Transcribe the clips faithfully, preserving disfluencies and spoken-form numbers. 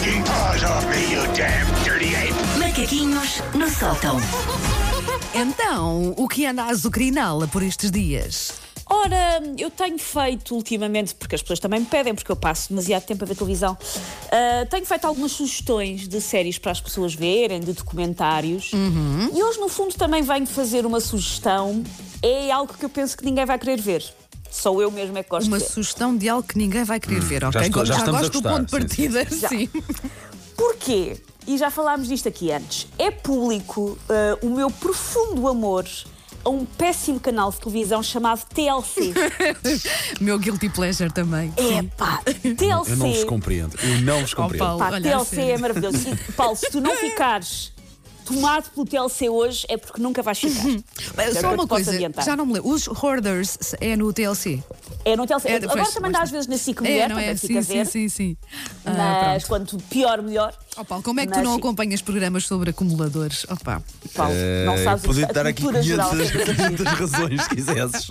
taking paws off me, you damn dirty ape! Macaquinhos no sótão. Então, o que anda a azucriná-la por estes dias? Ora, eu tenho feito ultimamente, porque as pessoas também me pedem, porque eu passo demasiado tempo a ver televisão, uh, tenho feito algumas sugestões de séries para as pessoas verem, de documentários. Uhum. E hoje, no fundo, também venho fazer uma sugestão. É algo que eu penso que ninguém vai querer ver. Sou eu mesmo é que gosto Uma de ver. sugestão de algo que ninguém vai querer ver, ok? já estou- já já estamos a gosto do gostar, ponto de partida, sim. Porquê? E já falámos disto aqui antes. É público uh, o meu profundo amor a um péssimo canal de televisão chamado T L C. Meu guilty pleasure também. Epá, T L C. Eu não vos compreendo. Eu não vos compreendo. Paulo. Pá, Olha, T L a C sério. é maravilhoso. E, Paulo, se tu não ficares tomado pelo T L C hoje, é porque nunca vais ficar. Bem, É o que Só eu uma te posso coisa, adiantar. já não me lembro. Os Hoarders é no T L C? É no T L C. É, Agora pois, também dá às vezes na SIC É, Mulher, não também é? fica Sim, a ver. sim, sim, sim. Ah, Mas pronto. quanto pior, melhor. Oh, Paulo, como é que tu Mas não sim. acompanhas programas sobre acumuladores? Oh, pá. Paulo, não sabes Podia a dar aqui cultura geral. quinhentas, sobre isso. quinhentas razões, se quisesses.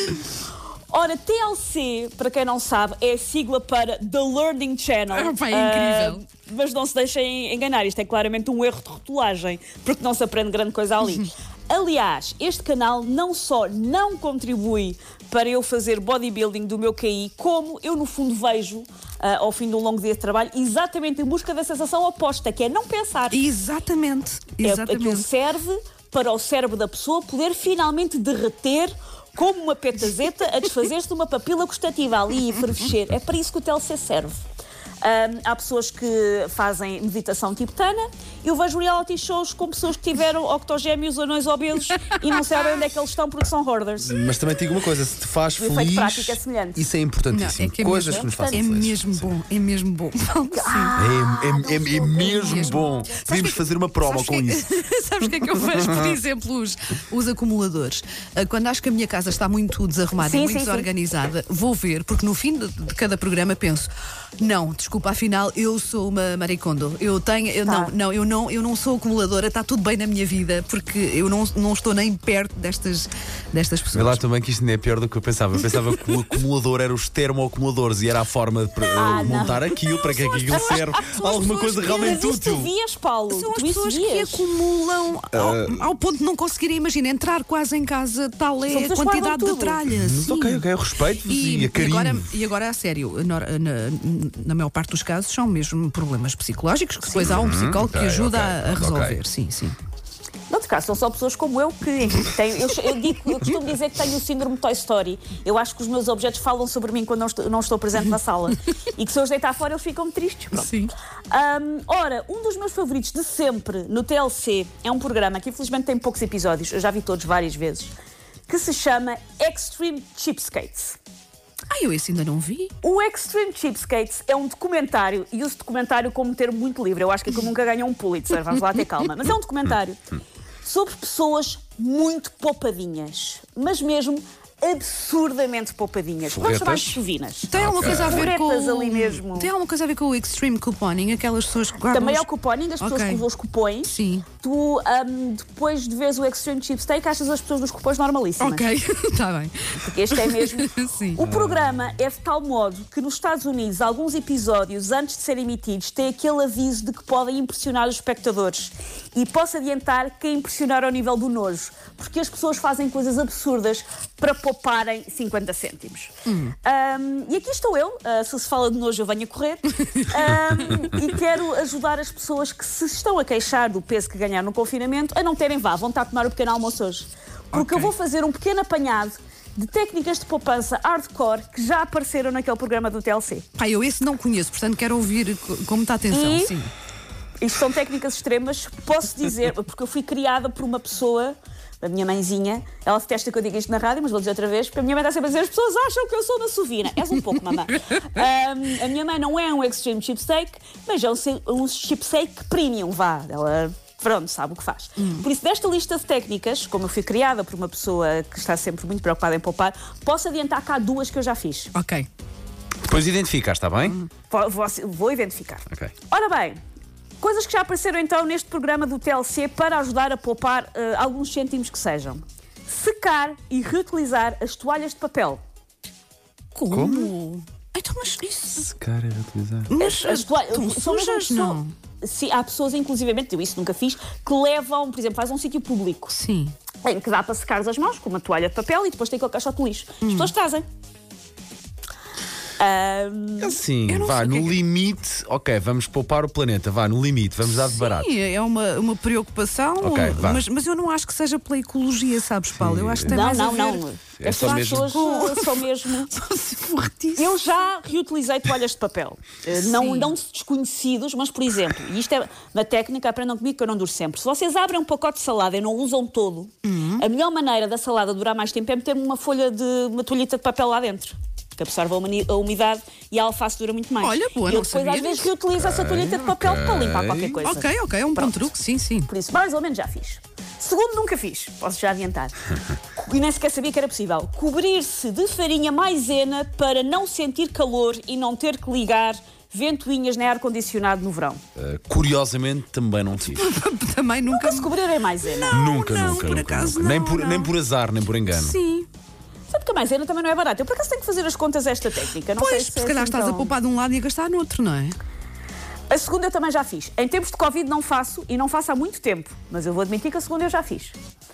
Ora, T L C, para quem não sabe, é a sigla para The Learning Channel. Ah, pá, é incrível. Ah, mas não se deixem enganar, isto é claramente um erro de rotulagem, porque não se aprende grande coisa ali. Aliás, este canal não só não contribui para eu fazer bodybuilding do meu Q I, como eu, no fundo, vejo, ah, ao fim de um longo dia de trabalho, exatamente em busca da sensação oposta, que é não pensar. Exatamente. É, aquilo Exatamente. serve para o cérebro da pessoa poder finalmente derreter como uma petazeta a desfazer-se de uma papila gustativa ali e fervescer. É para isso que o T L C serve. Ahm, há pessoas que fazem meditação tibetana. Eu vejo reality shows com pessoas que tiveram octogémeos ou anões obesos e não sabem onde é que eles estão porque são hoarders. Mas também te digo uma coisa: se te faz O efeito feliz, prático é semelhante. isso é Não, importantíssimo. é que é Coisas mesmo, que nos fazem é felizes. mesmo bom, é mesmo bom. Sim. É, é- é- é mesmo mesmo. bom. Podíamos fazer uma promo Sabes com que- isso. Sabes o que é que eu vejo, por exemplo, os, os acumuladores? Ah, Quando acho que a minha casa está muito desarrumada Sim, e muito sim, sim. desorganizada, vou ver, porque no fim de, de cada programa penso: não, desculpa, afinal eu sou uma maricondo. Eu tenho, eu, Tá. não, não, eu não, eu não sou acumuladora, está tudo bem na minha vida, porque eu não, não estou nem perto destas, destas Vê pessoas. lá também que isto não é pior do que eu pensava. Eu pensava que o acumulador era os termoacumuladores e era a forma de Ah, uh, montar aquilo, para que é que aquilo serve. Alguma pessoas coisa que- realmente Mas isso tu útil. vias, Paulo? São as tu isso pessoas que vias? acumulam ao, ao ponto de não conseguirem, imagina, entrar quase em casa, tal é São a pessoas que quantidade guardam de tudo. tralha. Mas sim. ok, ok, eu respeito-vos e, E, a carinho. agora, e agora, a sério, na, na, na maior parte dos casos são mesmo problemas psicológicos que depois há um psicólogo que ok, ajuda ok, a, a ok. resolver. Sim, sim. Não, de cá, são só pessoas como eu que, enfim, têm, eu, eu, digo, eu costumo dizer que tenho o síndrome Toy Story. Eu acho que os meus objetos falam sobre mim quando não estou, não estou presente na sala. E que se eu os deitar fora, eles ficam tristes. Pronto. Sim. Um, ora, um dos meus favoritos de sempre no T L C é um programa que infelizmente tem poucos episódios, eu já vi todos várias vezes, que se chama Extreme Cheapskates. Ah, eu esse ainda não vi. O Extreme Cheapskates é um documentário, e uso documentário como um termo muito livre. Eu acho que aquilo nunca ganhou um Pulitzer, vamos lá ter calma. Mas é um documentário sobre pessoas muito poupadinhas, mas mesmo absurdamente poupadinhas. Vamos chamar de Forretas? chuvinas. Tem alguma coisa a ver com. Forretas ali mesmo. Tem alguma coisa a ver com o extreme couponing? Aquelas pessoas que guardam. Também é os- o couponing, as pessoas Ok. que usam os cupões. Sim. Tu, um, depois de veres o Extreme Cheapskate, achas as pessoas dos cupões normalíssimas. Ok, está bem. Porque este é mesmo. Sim. O programa é de tal modo que nos Estados Unidos, alguns episódios, antes de serem emitidos, têm aquele aviso de que podem impressionar os espectadores. E posso adiantar que é impressionar ao nível do nojo. Porque as pessoas fazem coisas absurdas para pouparem cinquenta cêntimos. Hum. Um, e aqui estou eu, uh, se se fala de nojo eu venho a correr, um, e quero ajudar as pessoas que se estão a queixar do peso que ganharam no confinamento a não terem, vá, vontade de tomar o pequeno almoço hoje. Porque Ok. eu vou fazer um pequeno apanhado de técnicas de poupança hardcore que já apareceram naquele programa do T L C. Pá, eu esse não conheço, portanto quero ouvir co- com muita atenção. E- Sim. Isto são técnicas extremas, posso dizer, porque eu fui criada por uma pessoa, a minha mãezinha, ela detesta que eu diga isto na rádio, mas vou dizer outra vez, porque a minha mãe está sempre a dizer, as pessoas acham que eu sou uma sovina. És um pouco, mamãe. Um, a minha mãe não é um extreme cheapsake, mas é um, se- um cheapsake premium, vá. Ela, pronto, sabe o que faz. Por isso, desta lista de técnicas, como eu fui criada por uma pessoa que está sempre muito preocupada em poupar, posso adiantar cá duas que eu já fiz. Ok. Depois identificas, está bem? Vou, vou- vou identificar. Ok. Ora bem, coisas que já apareceram então neste programa do T L C para ajudar a poupar eh, alguns cêntimos que sejam. Secar e reutilizar as toalhas de papel. Como? Então Então, mas isso. Secar é reutilizar. Mas As toalhas estão são mesmo sujas, pessoa- não? Sim, há pessoas, inclusivamente, eu isso nunca fiz, que levam, por exemplo, faz um sítio público Sim. em que dá para secar as mãos com uma toalha de papel e depois tem aquele caixote de lixo. As pessoas trazem. Ahm, Assim, Eu não vá, sei o no que é que- limite, ok, vamos poupar o planeta, vá, no limite, vamos dar de barato. Sim, é uma, uma preocupação, Ok, vá. mas, mas eu não acho que seja pela ecologia, sabes, Paulo? Eu acho que tem não, mais não, a ver. não. É As só mesmo- pessoas são mesmo. Fortíssimo. Eu já reutilizei toalhas de papel. Eh, Não, não de desconhecidos, mas, por exemplo, e isto é na técnica, aprendam comigo que eu não duro sempre. Se vocês abrem um pacote de salada e não usam todo, a melhor maneira da salada durar mais tempo é meter uma folha de uma toalhita de papel lá dentro. Que absorve a umani- a umidade e a alface dura muito mais. Olha, boa, e não eu depois sabia às vezes disso. reutilizo essa toalhita de papel para limpar qualquer coisa. Ok, ok, é um bom truque, sim, sim. Por isso, mais ou menos já fiz. Segundo, nunca fiz. Posso já adiantar. E nem sequer sabia que era possível. Cobrir-se de farinha maisena para não sentir calor e não ter que ligar ventoinhas nem ar-condicionado no verão. Uh, curiosamente, também não fiz. Também nunca. Nunca se cobrir em maisena. nunca, não, nunca, por nunca, acaso nunca. Nem, não, por, não. nem por azar, nem por engano. Sim. Sabe que a maisena também não é barata. Eu por acaso tenho que fazer as contas a esta técnica. Não sei Pois, se se é calhar assim estás tão- a poupar de um lado e a gastar no outro, não é? A segunda eu também já fiz. Em tempos de Covid não faço e não faço há muito tempo. Mas eu vou admitir que a segunda eu já fiz.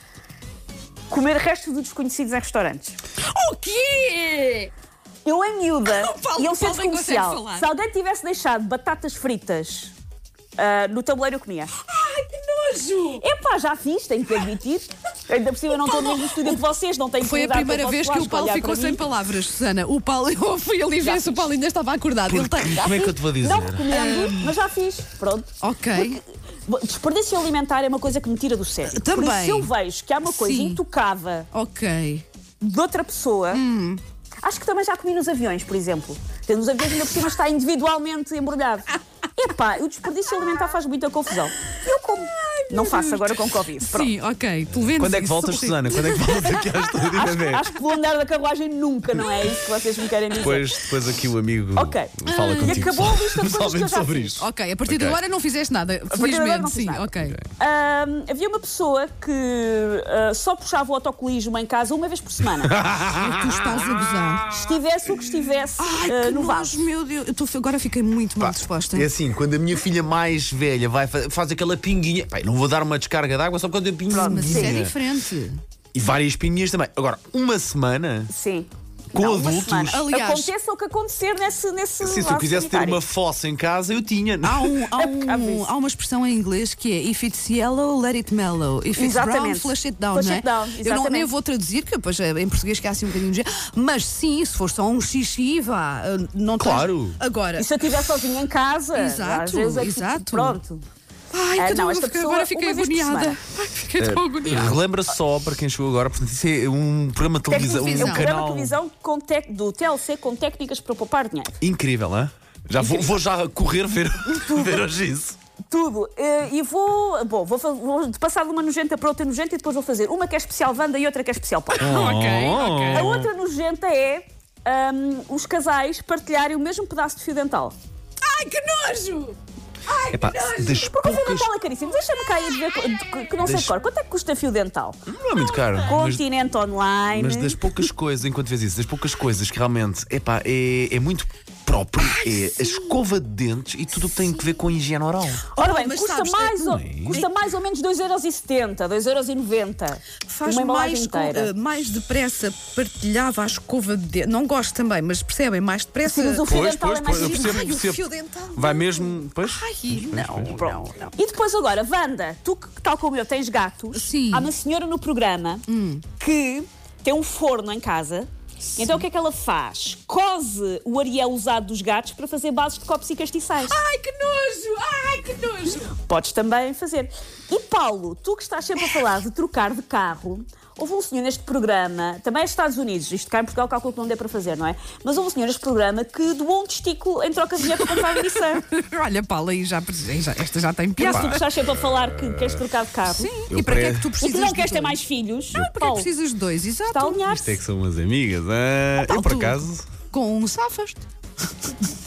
Comer restos de desconhecidos em restaurantes. O quê? Eu em miúda, O Paulo- e o eu centro Paulo nem consegue comercial, falar. se alguém tivesse deixado batatas fritas ah, no tabuleiro eu comia. Ai, que nojo! Epá, já fiz, tenho que admitir. Ainda por cima eu não estou no mesmo estúdio que vocês, não tenho Foi a que mudar primeira para vez vocês que o lá, Paulo olhar ficou para sem mim. palavras, Susana. O Paulo, eu fui ali ver se o fiz. Paulo ainda estava acordado. Ele tem. Como é que eu te vou dizer? Não recomendo, mas já fiz. Pronto. Ok. Bom, desperdício alimentar é uma coisa que me tira do sério. Também. Por isso, se eu vejo que há uma coisa Sim. intocada Ok. de outra pessoa. Hum. Acho que também já comi nos aviões, por exemplo. Porque nos aviões ainda por cima está individualmente embrulhado. Epá, o desperdício alimentar faz muita confusão. Eu como. Não faço agora com Covid. Pronto. Sim, ok. Pelo menos Quando é que isso. voltas, Susana? Quando é que voltas aqui à estúdio? Acho, bebê? acho que vou andar da carruagem nunca, não é isso que vocês me querem dizer. Depois, depois aqui o amigo Ok. fala E contigo. acabou a lista de coisas que eu pessoalmente já sobre fiz. isto. Ok, a partir de Ok. agora não fizeste nada. partir de agora Felizmente, não fiz sim, nada. ok. Ahm, havia uma pessoa que ah, só puxava o autocolismo em casa uma vez por semana. Tu estás a gozar. Estivesse o que estivesse Ai, ah, que no nojo, vaso. meu Deus. Eu tô- agora fiquei muito mal disposta. É assim, quando a minha filha mais velha vai fa- faz aquela pinguinha, pá, não vou dar uma descarga de água só porque eu tenho pinguinha. Mas isso é diferente. E várias pinguinhas também. Agora, uma semana. Sim. Com Não, uma adultos? semana. Aliás- Aconteça o que acontecer nesse, nesse Se eu vaso quisesse ter sanitário. uma fossa em casa, eu tinha. Há, um, há, Cabe um, isso. há uma expressão em inglês que é if it's yellow, let it mellow. If it's brown, Exatamente. flush it down, Flush não é? it down, Eu não, exatamente. nem vou traduzir, que depois eh, em português que há assim um bocadinho de jeito. Mas sim, se for só um xixi, vá. eh, Não tens- Claro. Agora. E se eu estiver sozinha em casa? Exato, às vezes é que- exato. Pronto. Ai, Ah, que não, dor, esta fiquei- pessoa, agora fiquei uma vez por agoniada. semana. Ai, fiquei tão agoniada. Relembra só para quem chegou agora, portanto, isso é um programa de televisão, Televisão. um É um programa canal de televisão com tec- do T L C com técnicas para poupar dinheiro. incrível, hein? Já vou, vou já correr ver, ver hoje isso. Tudo. Eh, E vou, bom, vou, fa- vou passar de uma nojenta para outra nojenta e depois vou fazer uma que é especial Wanda e outra que é especial Paulo. Ok, ok. A outra nojenta é ahm, os casais partilharem o mesmo pedaço de fio dental. Ai, que nojo! Epá, das Porque o fio poucas. dental é caríssimo. Deixa-me cair de ver co- de que- que não sei de Deixa- cor. Quanto é que custa fio dental? Não é muito caro. Mas, Continente Online. mas das poucas coisas, enquanto vês isso, das poucas coisas que realmente epá, é, é muito próprio, é a escova de dentes e tudo o que tem que ver com a higiene oral. Ora bem, Mas custa, sabes, mais é- ou, não é? custa mais ou menos dois euros e setenta, dois euros e noventa. Faz uma embalagem mais, com- inteira. eh, mais depressa partilhava a escova de dente. Não gosto também, mas percebem, mais depressa. Sim, mas o fio Pois, dental pois, é mais pois, eu difícil. percebo, Ai, o percebo. fio dental. Vai mesmo. Pois? Ai, não, não, não. E depois agora, Wanda, tu que tal como eu tens gatos, Sim. há uma senhora no programa que tem um forno em casa. Então o que é que ela faz? Cose o Ariel usado dos gatos para fazer bases de copos e castiçais. Ai, que nojo! Ai, que nojo! Podes também fazer. E Paulo, tu que estás sempre a falar de trocar de carro, houve um senhor neste programa, também é Estados Unidos, isto cá em Portugal calculo que não dê para fazer, não é? Mas houve um senhor neste programa que doou um testículo em troca de dinheiro para comprar a Nissan. Olha, Paula, aí já, já, esta já tem E piada. tu que estás sempre a falar que queres trocar de carro Sim, Eu e para que é pre- que tu e precisas que não de queres ter dois? mais filhos, Não, para que é que Paulo, precisas de dois? Exato. está a Isto é alinhar-se. que são umas amigas. Ah, Então, eu, por tu- acaso, Com um safas.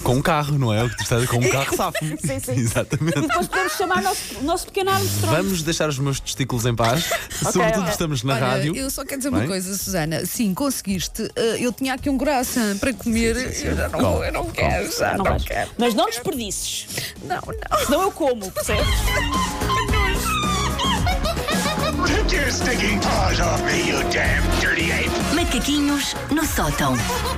Com um carro, não é? O que tu estás com um carro safo-me. Sim, sim. Exatamente. E depois podemos chamar o nosso, o nosso pequeno Armstrong. Vamos deixar os meus testículos em paz. Sobretudo ok. estamos na Olha, rádio. eu só quero dizer Bem? uma coisa, Susana. Sim, conseguiste. Uh, eu tinha aqui um coração para comer. Eu já não, Come, eu não quero, já Não não, vais. quero. Mas não desperdices. Não, não. Senão eu como, percebes? Take your stinking paws off me, you damn dirty ape! Macaquinhos no sótão.